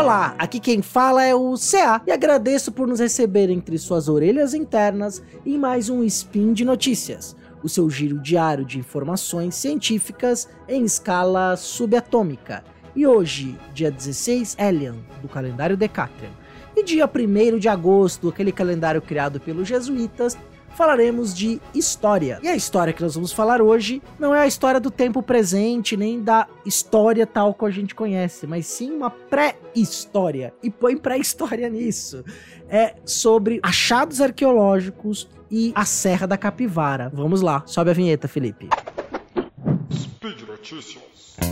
Olá, aqui quem fala é o CA e agradeço por nos receber entre suas orelhas internas em mais um Spin de Notícias, o seu giro diário de informações científicas em escala subatômica. E hoje, dia 16 Elian, do calendário Decatrian, e dia 1º de agosto, aquele calendário criado pelos jesuítas, falaremos de história. E a história que nós vamos falar hoje não é a história do tempo presente, nem da história tal como a gente conhece, mas sim uma pré-história. E põe pré-história nisso. É sobre achados arqueológicos e a Serra da Capivara. Vamos lá, sobe a vinheta, Felipe. Speed Notícias.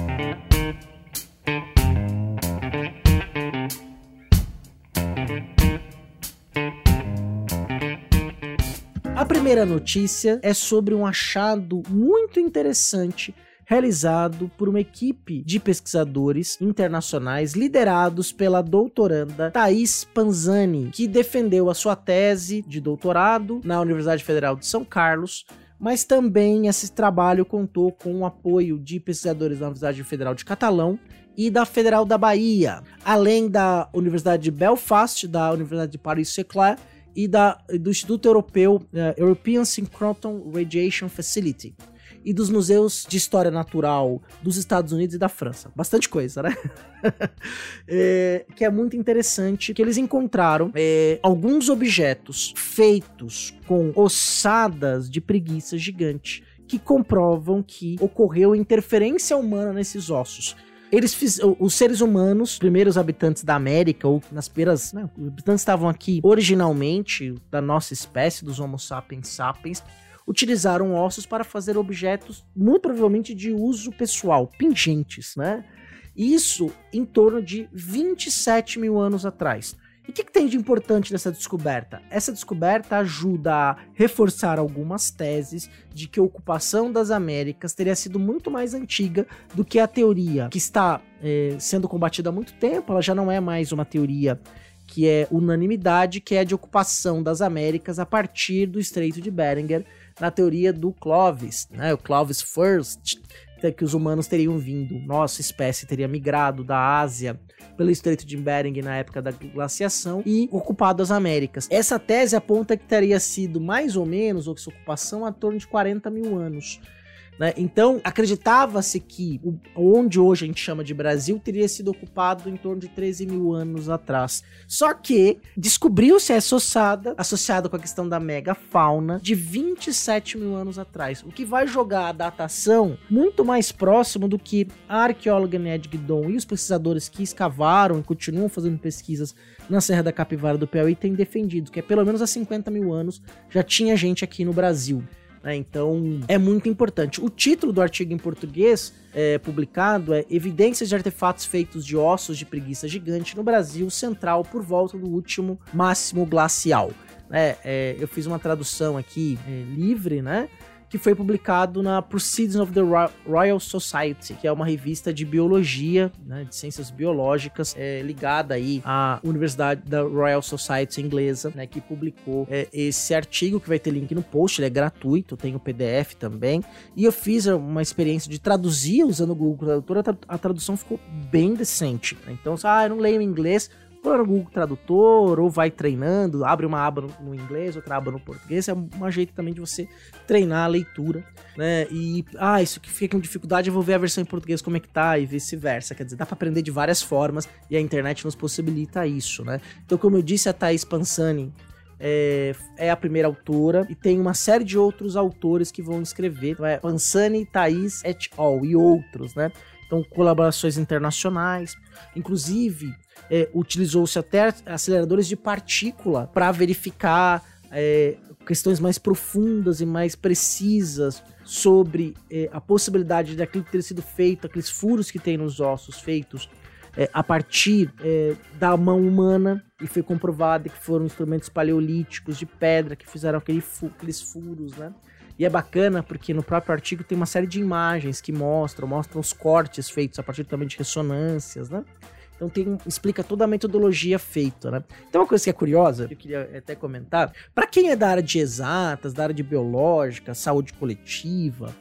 A primeira notícia é sobre um achado muito interessante realizado por uma equipe de pesquisadores internacionais liderados pela doutoranda Thais Panzani, que defendeu a sua tese de doutorado na Universidade Federal de São Carlos, mas também esse trabalho contou com o apoio de pesquisadores da Universidade Federal de Catalão e da Federal da Bahia, além da Universidade de Belfast, da Universidade de Paris-Saclay, e do Instituto Europeu, European Synchrotron Radiation Facility, e dos Museus de História Natural dos Estados Unidos e da França. Bastante coisa, né? Que é muito interessante, que eles encontraram alguns objetos feitos com ossadas de preguiça gigante, que comprovam que ocorreu interferência humana nesses ossos. Os seres humanos, primeiros habitantes da América, ou nas primeiras, né, os habitantes estavam aqui originalmente da nossa espécie, dos Homo sapiens sapiens, utilizaram ossos para fazer objetos muito provavelmente de uso pessoal, pingentes, né? Isso em torno de 27 mil anos atrás. E o que tem de importante nessa descoberta? Essa descoberta ajuda a reforçar algumas teses de que a ocupação das Américas teria sido muito mais antiga do que a teoria que está sendo combatida há muito tempo. Ela já não é mais uma teoria que é unanimidade, que é a de ocupação das Américas a partir do Estreito de Bering, na teoria do Clovis, né? O Clovis First, que os humanos teriam vindo, nossa espécie teria migrado da Ásia pelo Estreito de Bering na época da glaciação e ocupado as Américas. Essa tese aponta que teria sido mais ou menos, ou que essa ocupação, a torno de 40 mil anos. Né? Então, acreditava-se que onde hoje a gente chama de Brasil teria sido ocupado em torno de 13 mil anos atrás. Só que descobriu-se essa associada com a questão da megafauna de 27 mil anos atrás, o que vai jogar a datação muito mais próximo do que a arqueóloga Ned Guidon e os pesquisadores que escavaram e continuam fazendo pesquisas na Serra da Capivara do Piauí têm defendido, que é pelo menos há 50 mil anos já tinha gente aqui no Brasil. Então é muito importante. O título do artigo em português publicado é Evidências de artefatos feitos de ossos de preguiça gigante no Brasil Central por volta do último máximo glacial. Eu fiz uma tradução aqui livre, né? Que foi publicado na Proceedings of the Royal Society, que é uma revista de biologia, né, de ciências biológicas, ligada aí à Universidade da Royal Society inglesa, né, que publicou esse artigo, que vai ter link no post, ele é gratuito, tem o PDF também, e eu fiz uma experiência de traduzir usando o Google Tradutor, a tradução ficou bem decente, né? Então, eu não leio em inglês, põe no Google Tradutor, ou vai treinando, abre uma aba no inglês, outra aba no português, é um jeito também de você treinar a leitura, né, e, isso que fica com dificuldade, eu vou ver a versão em português como é que tá, e vice-versa, quer dizer, dá pra aprender de várias formas, e a internet nos possibilita isso, né. Então, como eu disse, a Thais Panzani é a primeira autora, e tem uma série de outros autores que vão escrever, então Panzani, Thais et al. E outros, né, então colaborações internacionais, inclusive utilizou-se até aceleradores de partícula para verificar questões mais profundas e mais precisas sobre a possibilidade daquilo ter sido feito, aqueles furos que tem nos ossos feitos a partir da mão humana, e foi comprovado que foram instrumentos paleolíticos de pedra que fizeram aqueles furos, né? E é bacana porque no próprio artigo tem uma série de imagens que mostram os cortes feitos a partir também de ressonâncias, né? Então explica toda a metodologia feita, né? Então uma coisa que é curiosa, que eu queria até comentar, para quem é da área de exatas, da área de biológica, saúde coletiva,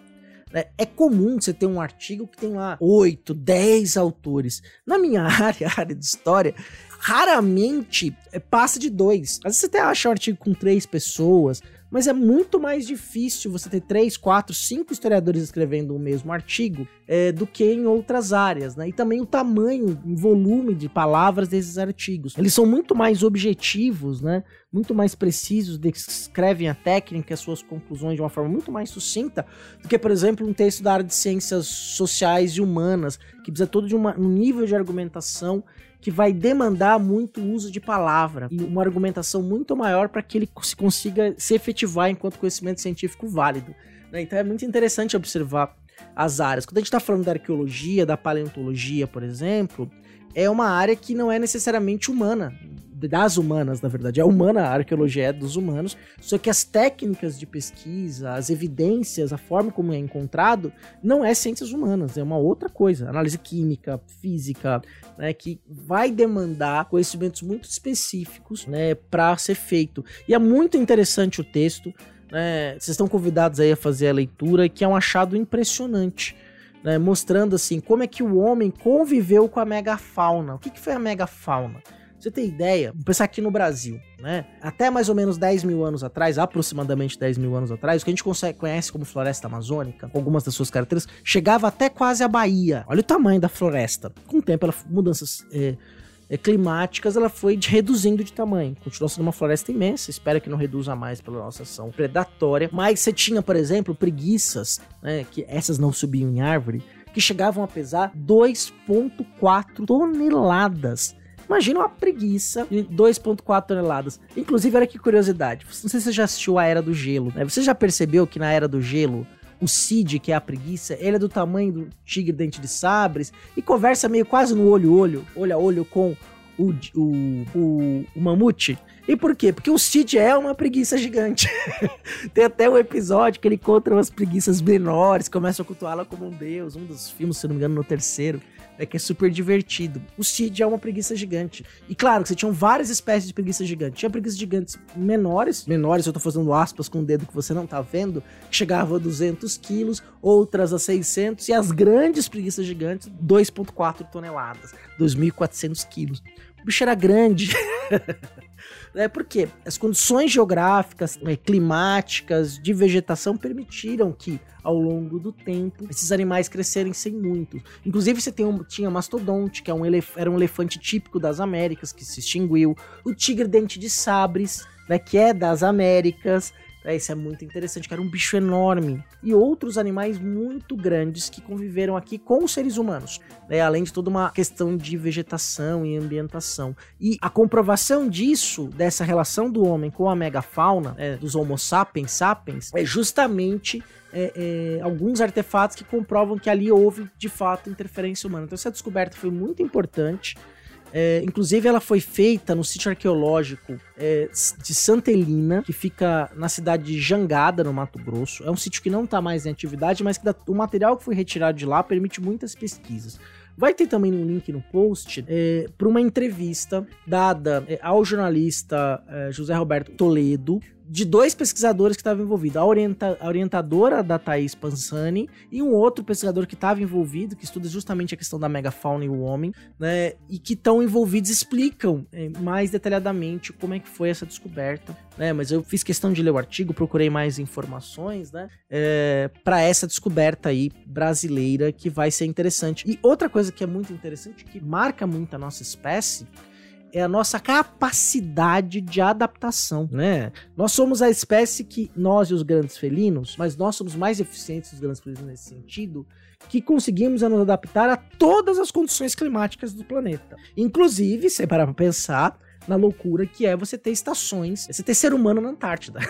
É comum você ter um artigo que tem lá 8, 10 autores. Na minha área de história, raramente passa de 2. Às vezes você até acha um artigo com 3 pessoas, mas é muito mais difícil você ter 3, 4, 5 historiadores escrevendo o mesmo artigo do que em outras áreas, né? E também o tamanho, o volume de palavras desses artigos. Eles são muito mais objetivos, né? Muito mais precisos, descrevem a técnica e as suas conclusões de uma forma muito mais sucinta do que, por exemplo, um texto da área de ciências sociais e humanas, que precisa todo de um nível de argumentação que vai demandar muito uso de palavra e uma argumentação muito maior para que ele consiga se efetivar enquanto conhecimento científico válido, né? Então é muito interessante observar as áreas. Quando a gente está falando da arqueologia, da paleontologia, por exemplo, é uma área que não é necessariamente humana, das humanas, na verdade. É humana, a arqueologia é dos humanos, só que as técnicas de pesquisa, as evidências, a forma como é encontrado, não é ciências humanas, é uma outra coisa. Análise química, física, né, que vai demandar conhecimentos muito específicos, né, para ser feito. E é muito interessante o texto, né, vocês estão convidados aí a fazer a leitura, que é um achado impressionante, né, mostrando assim como é que o homem conviveu com a megafauna. O que foi a megafauna? Pra você ter ideia, vamos pensar aqui no Brasil, né? Até mais ou menos 10 mil anos atrás, aproximadamente 10 mil anos atrás, o que a gente conhece como floresta amazônica, algumas das suas características, chegava até quase a Bahia. Olha o tamanho da floresta. Com o tempo, mudanças climáticas, ela foi reduzindo de tamanho. Continua sendo uma floresta imensa, espero que não reduza mais pela nossa ação predatória. Mas você tinha, por exemplo, preguiças, né, que essas não subiam em árvore, que chegavam a pesar 2,4 toneladas. Imagina uma preguiça de 2,4 toneladas. Inclusive, olha que curiosidade. Não sei se você já assistiu a Era do Gelo, né? Você já percebeu que na Era do Gelo, o Cid, que é a preguiça, ele é do tamanho do tigre dente de sabres e conversa meio quase no olho a olho com o mamute. E por quê? Porque o Cid é uma preguiça gigante. Tem até um episódio que ele encontra umas preguiças menores, começa a cultuá-la como um deus, um dos filmes, se não me engano, no 3º, que é super divertido. O Cid é uma preguiça gigante. E claro, que você tinha várias espécies de preguiça gigante. Tinha preguiças gigantes menores, eu tô fazendo aspas com o dedo que você não tá vendo, que chegavam a 200 quilos, outras a 600, e as grandes preguiças gigantes, 2,4 toneladas, 2.400 quilos. O bicho era grande. Porque as condições geográficas, climáticas, de vegetação permitiram que, ao longo do tempo, esses animais crescerem sem muito. Inclusive, você tinha mastodonte, que era um elefante típico das Américas, que se extinguiu. O tigre dente de sabres, né, que é das Américas. Isso é muito interessante, que era um bicho enorme. E outros animais muito grandes que conviveram aqui com os seres humanos, né? Além de toda uma questão de vegetação e ambientação. E a comprovação disso, dessa relação do homem com a megafauna, dos Homo sapiens sapiens, é justamente alguns artefatos que comprovam que ali houve, de fato, interferência humana. Então essa descoberta foi muito importante. Inclusive ela foi feita no sítio arqueológico de Santa Helena, que fica na cidade de Jangada, no Mato Grosso. É um sítio que não está mais em atividade, mas que o material que foi retirado de lá permite muitas pesquisas. Vai ter também um link no post para uma entrevista dada ao jornalista José Roberto Toledo, de 2 pesquisadores que estavam envolvidos, a orientadora da Thaís Pansani e um outro pesquisador que estava envolvido, que estuda justamente a questão da megafauna e o homem, né, e que estão envolvidos, explicam mais detalhadamente como é que foi essa descoberta, né, mas eu fiz questão de ler o artigo, procurei mais informações, né, para essa descoberta aí brasileira, que vai ser interessante. E outra coisa que é muito interessante, que marca muito a nossa espécie, é a nossa capacidade de adaptação, né? Nós somos a espécie que, nós e os grandes felinos, mas nós somos mais eficientes que os grandes felinos nesse sentido, que conseguimos nos adaptar a todas as condições climáticas do planeta. Inclusive, se parar pra pensar na loucura que é você ter estações, você ter ser humano na Antártida.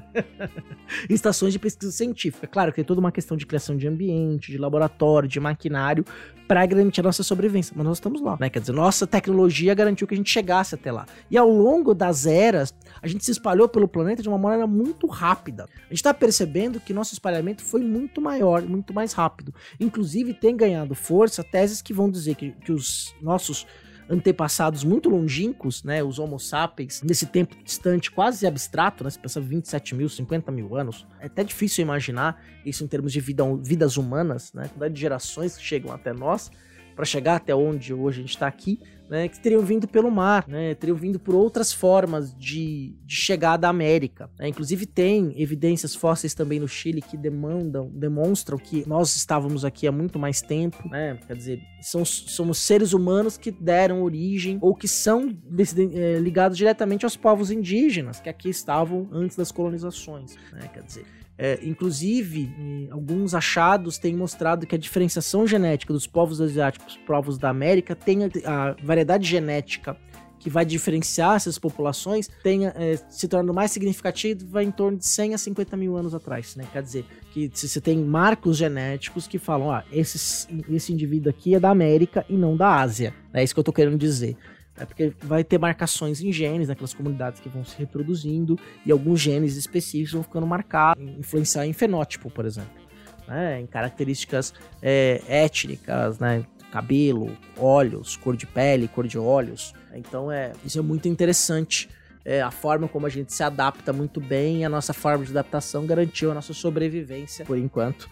Estações de pesquisa científica. Claro que tem toda uma questão de criação de ambiente, de laboratório, de maquinário, para garantir a nossa sobrevivência. Mas nós estamos lá, né? Quer dizer, nossa tecnologia garantiu que a gente chegasse até lá. E ao longo das eras, a gente se espalhou pelo planeta de uma maneira muito rápida. A gente está percebendo que nosso espalhamento foi muito maior, muito mais rápido. Inclusive, tem ganhado força teses que vão dizer que os nossos antepassados muito longínquos, né, os Homo sapiens, nesse tempo distante, quase abstrato, né, você pensa 27 mil, 50 mil anos, é até difícil imaginar isso em termos de vidas humanas, né, quantidade de gerações que chegam até nós, para chegar até onde hoje a gente está aqui, né, que teriam vindo pelo mar, né, teriam vindo por outras formas de chegada à América. Né? Inclusive tem evidências fósseis também no Chile que demonstram que nós estávamos aqui há muito mais tempo, né? Quer dizer, somos seres humanos que deram origem ou que são ligados diretamente aos povos indígenas que aqui estavam antes das colonizações, né? Quer dizer, inclusive, alguns achados têm mostrado que a diferenciação genética dos povos asiáticos para os povos da América tem a variedade genética que vai diferenciar essas populações se tornando mais significativa em torno de 100 a 50 mil anos atrás, né? Quer dizer, que se você tem marcos genéticos que falam, esse indivíduo aqui é da América e não da Ásia. É isso que eu tô querendo dizer. É porque vai ter marcações em genes naquelas comunidades que vão se reproduzindo e alguns genes específicos vão ficando marcados, influenciar em fenótipo, por exemplo, né? Em características étnicas, né? Cabelo, olhos, cor de pele, cor de olhos. Então isso é muito interessante. A forma como a gente se adapta muito bem, a nossa forma de adaptação garantiu a nossa sobrevivência, por enquanto,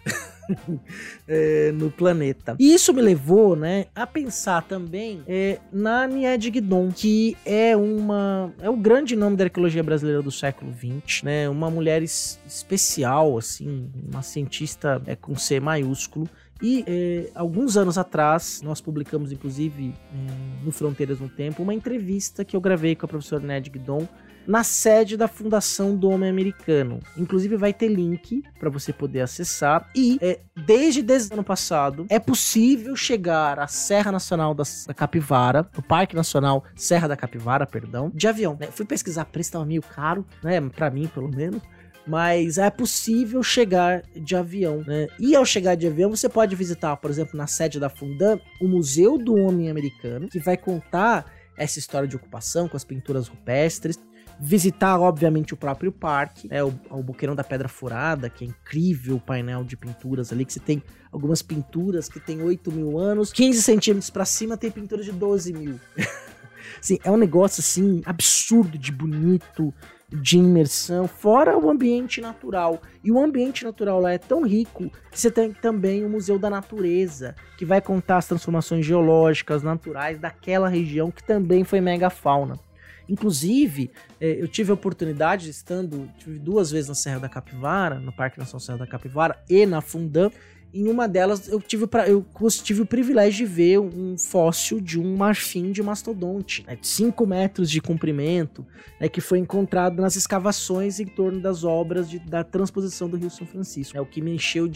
no planeta. E isso me levou, né, a pensar também na Nied Guidon, que é o grande nome da arqueologia brasileira do século XX, né, uma mulher especial, assim, uma cientista com C maiúsculo. E alguns anos atrás, nós publicamos, inclusive, no Fronteiras no Tempo, uma entrevista que eu gravei com a professora Nied Guidon na sede da Fundação do Homem Americano. Inclusive vai ter link para você poder acessar. E desde o ano passado, é possível chegar à Serra Nacional da Capivara, no Parque Nacional Serra da Capivara, perdão, de avião. Né? Fui pesquisar, preço estava meio caro, né? Para mim, pelo menos. Mas é possível chegar de avião, né? E ao chegar de avião, você pode visitar, por exemplo, na sede da Fundam, o Museu do Homem Americano, que vai contar essa história de ocupação com as pinturas rupestres. Visitar, obviamente, o próprio parque, o Boqueirão da Pedra Furada, que é incrível o painel de pinturas ali, que você tem algumas pinturas que tem 8 mil anos, 15 centímetros pra cima tem pinturas de 12 mil. Assim, é um negócio, assim, absurdo de bonito, de imersão, fora o ambiente natural. E o ambiente natural lá é tão rico que você tem também o Museu da Natureza, que vai contar as transformações geológicas, naturais daquela região, que também foi megafauna. Inclusive, eu tive a oportunidade, tive 2 vezes na Serra da Capivara, no Parque Nacional Serra da Capivara e na Fundam. Em uma delas, eu tive o privilégio de ver um fóssil de um marfim de mastodonte, né, de 5 metros de comprimento, né, que foi encontrado nas escavações em torno das obras da transposição do Rio São Francisco. É o que me encheu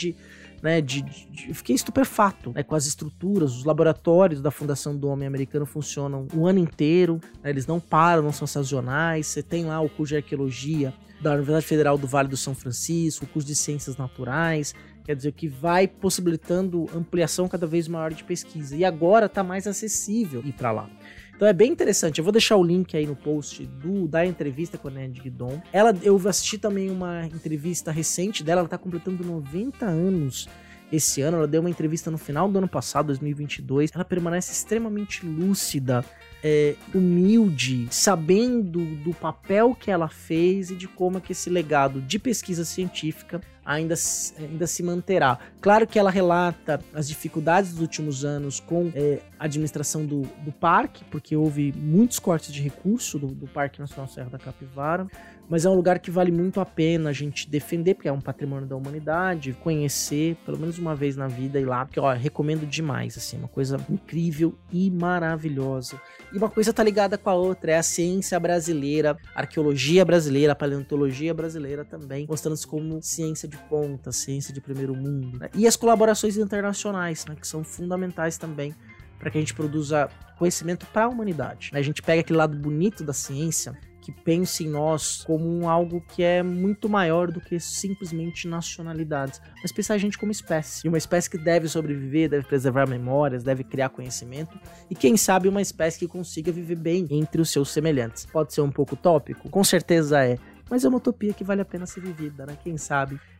eu fiquei estupefato, né, com as estruturas. Os laboratórios da Fundação do Homem Americano funcionam o ano inteiro, né, eles não param, não são sazonais. Você tem lá o curso de arqueologia da Universidade Federal do Vale do São Francisco, o curso de ciências naturais, quer dizer, que vai possibilitando ampliação cada vez maior de pesquisa. E agora está mais acessível ir para lá. Então é bem interessante. Eu vou deixar o link aí no post da entrevista com a Nied Guidon. Eu assisti também uma entrevista recente dela, ela está completando 90 anos esse ano. Ela deu uma entrevista no final do ano passado, 2022. Ela permanece extremamente lúcida, humilde, sabendo do papel que ela fez e de como é que esse legado de pesquisa científica ainda se manterá. Claro que ela relata as dificuldades dos últimos anos com a administração do parque, porque houve muitos cortes de recurso do Parque Nacional Serra da Capivara, mas é um lugar que vale muito a pena a gente defender, porque é um patrimônio da humanidade, conhecer pelo menos uma vez na vida e lá, porque recomendo demais, assim, uma coisa incrível e maravilhosa. E uma coisa tá ligada com a outra, é a ciência brasileira, a arqueologia brasileira, a paleontologia brasileira também, mostrando-se como ciência de ponta, ciência de primeiro mundo, né? E as colaborações internacionais, né, que são fundamentais também para que a gente produza conhecimento para a humanidade, né? A gente pega aquele lado bonito da ciência, que pensa em nós como algo que é muito maior do que simplesmente nacionalidades, mas pensar a gente como espécie, e uma espécie que deve sobreviver, deve preservar memórias, deve criar conhecimento, e quem sabe uma espécie que consiga viver bem entre os seus semelhantes. Pode ser um pouco utópico? Com certeza é, mas é uma utopia que vale a pena ser vivida, né? Quem sabe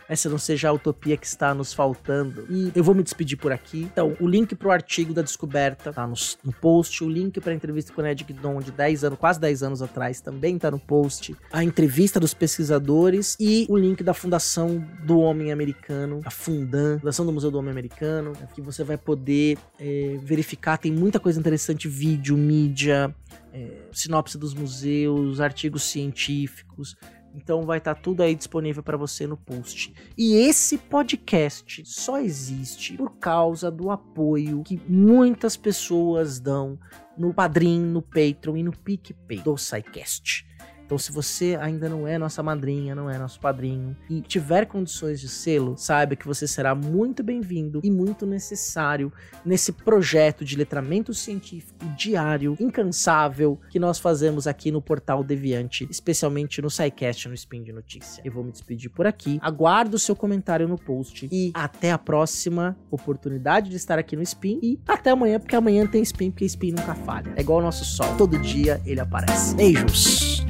essa não seja a utopia que está nos faltando. E eu vou me despedir por aqui. Então, o link pro artigo da descoberta tá no post, o link pra entrevista com o Ned Guidon de 10 anos, quase 10 anos atrás, também tá no post, a entrevista dos pesquisadores e o link da Fundação do Homem Americano, a Fundação do Museu do Homem Americano, que você vai poder verificar, tem muita coisa interessante, vídeo, mídia, sinopse dos museus, artigos científicos. Então vai estar tudo aí disponível para você no post. E esse podcast só existe por causa do apoio que muitas pessoas dão no Padrim, no Patreon e no PicPay do SciCast. Então, se você ainda não é nossa madrinha, não é nosso padrinho e tiver condições de sê-lo, saiba que você será muito bem-vindo e muito necessário nesse projeto de letramento científico diário, incansável, que nós fazemos aqui no Portal Deviante, especialmente no SciCast, no Spin de Notícia. Eu vou me despedir por aqui, aguardo o seu comentário no post e até a próxima oportunidade de estar aqui no Spin e até amanhã, porque amanhã tem Spin, porque Spin nunca falha. É igual o nosso sol, todo dia ele aparece. Beijos!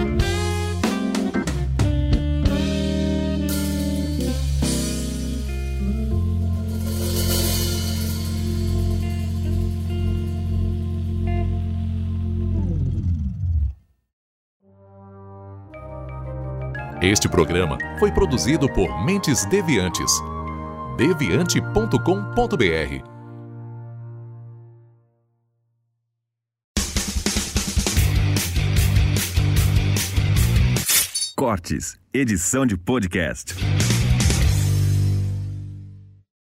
Este programa foi produzido por Mentes Deviantes. deviante.com.br. Cortes, edição de podcast.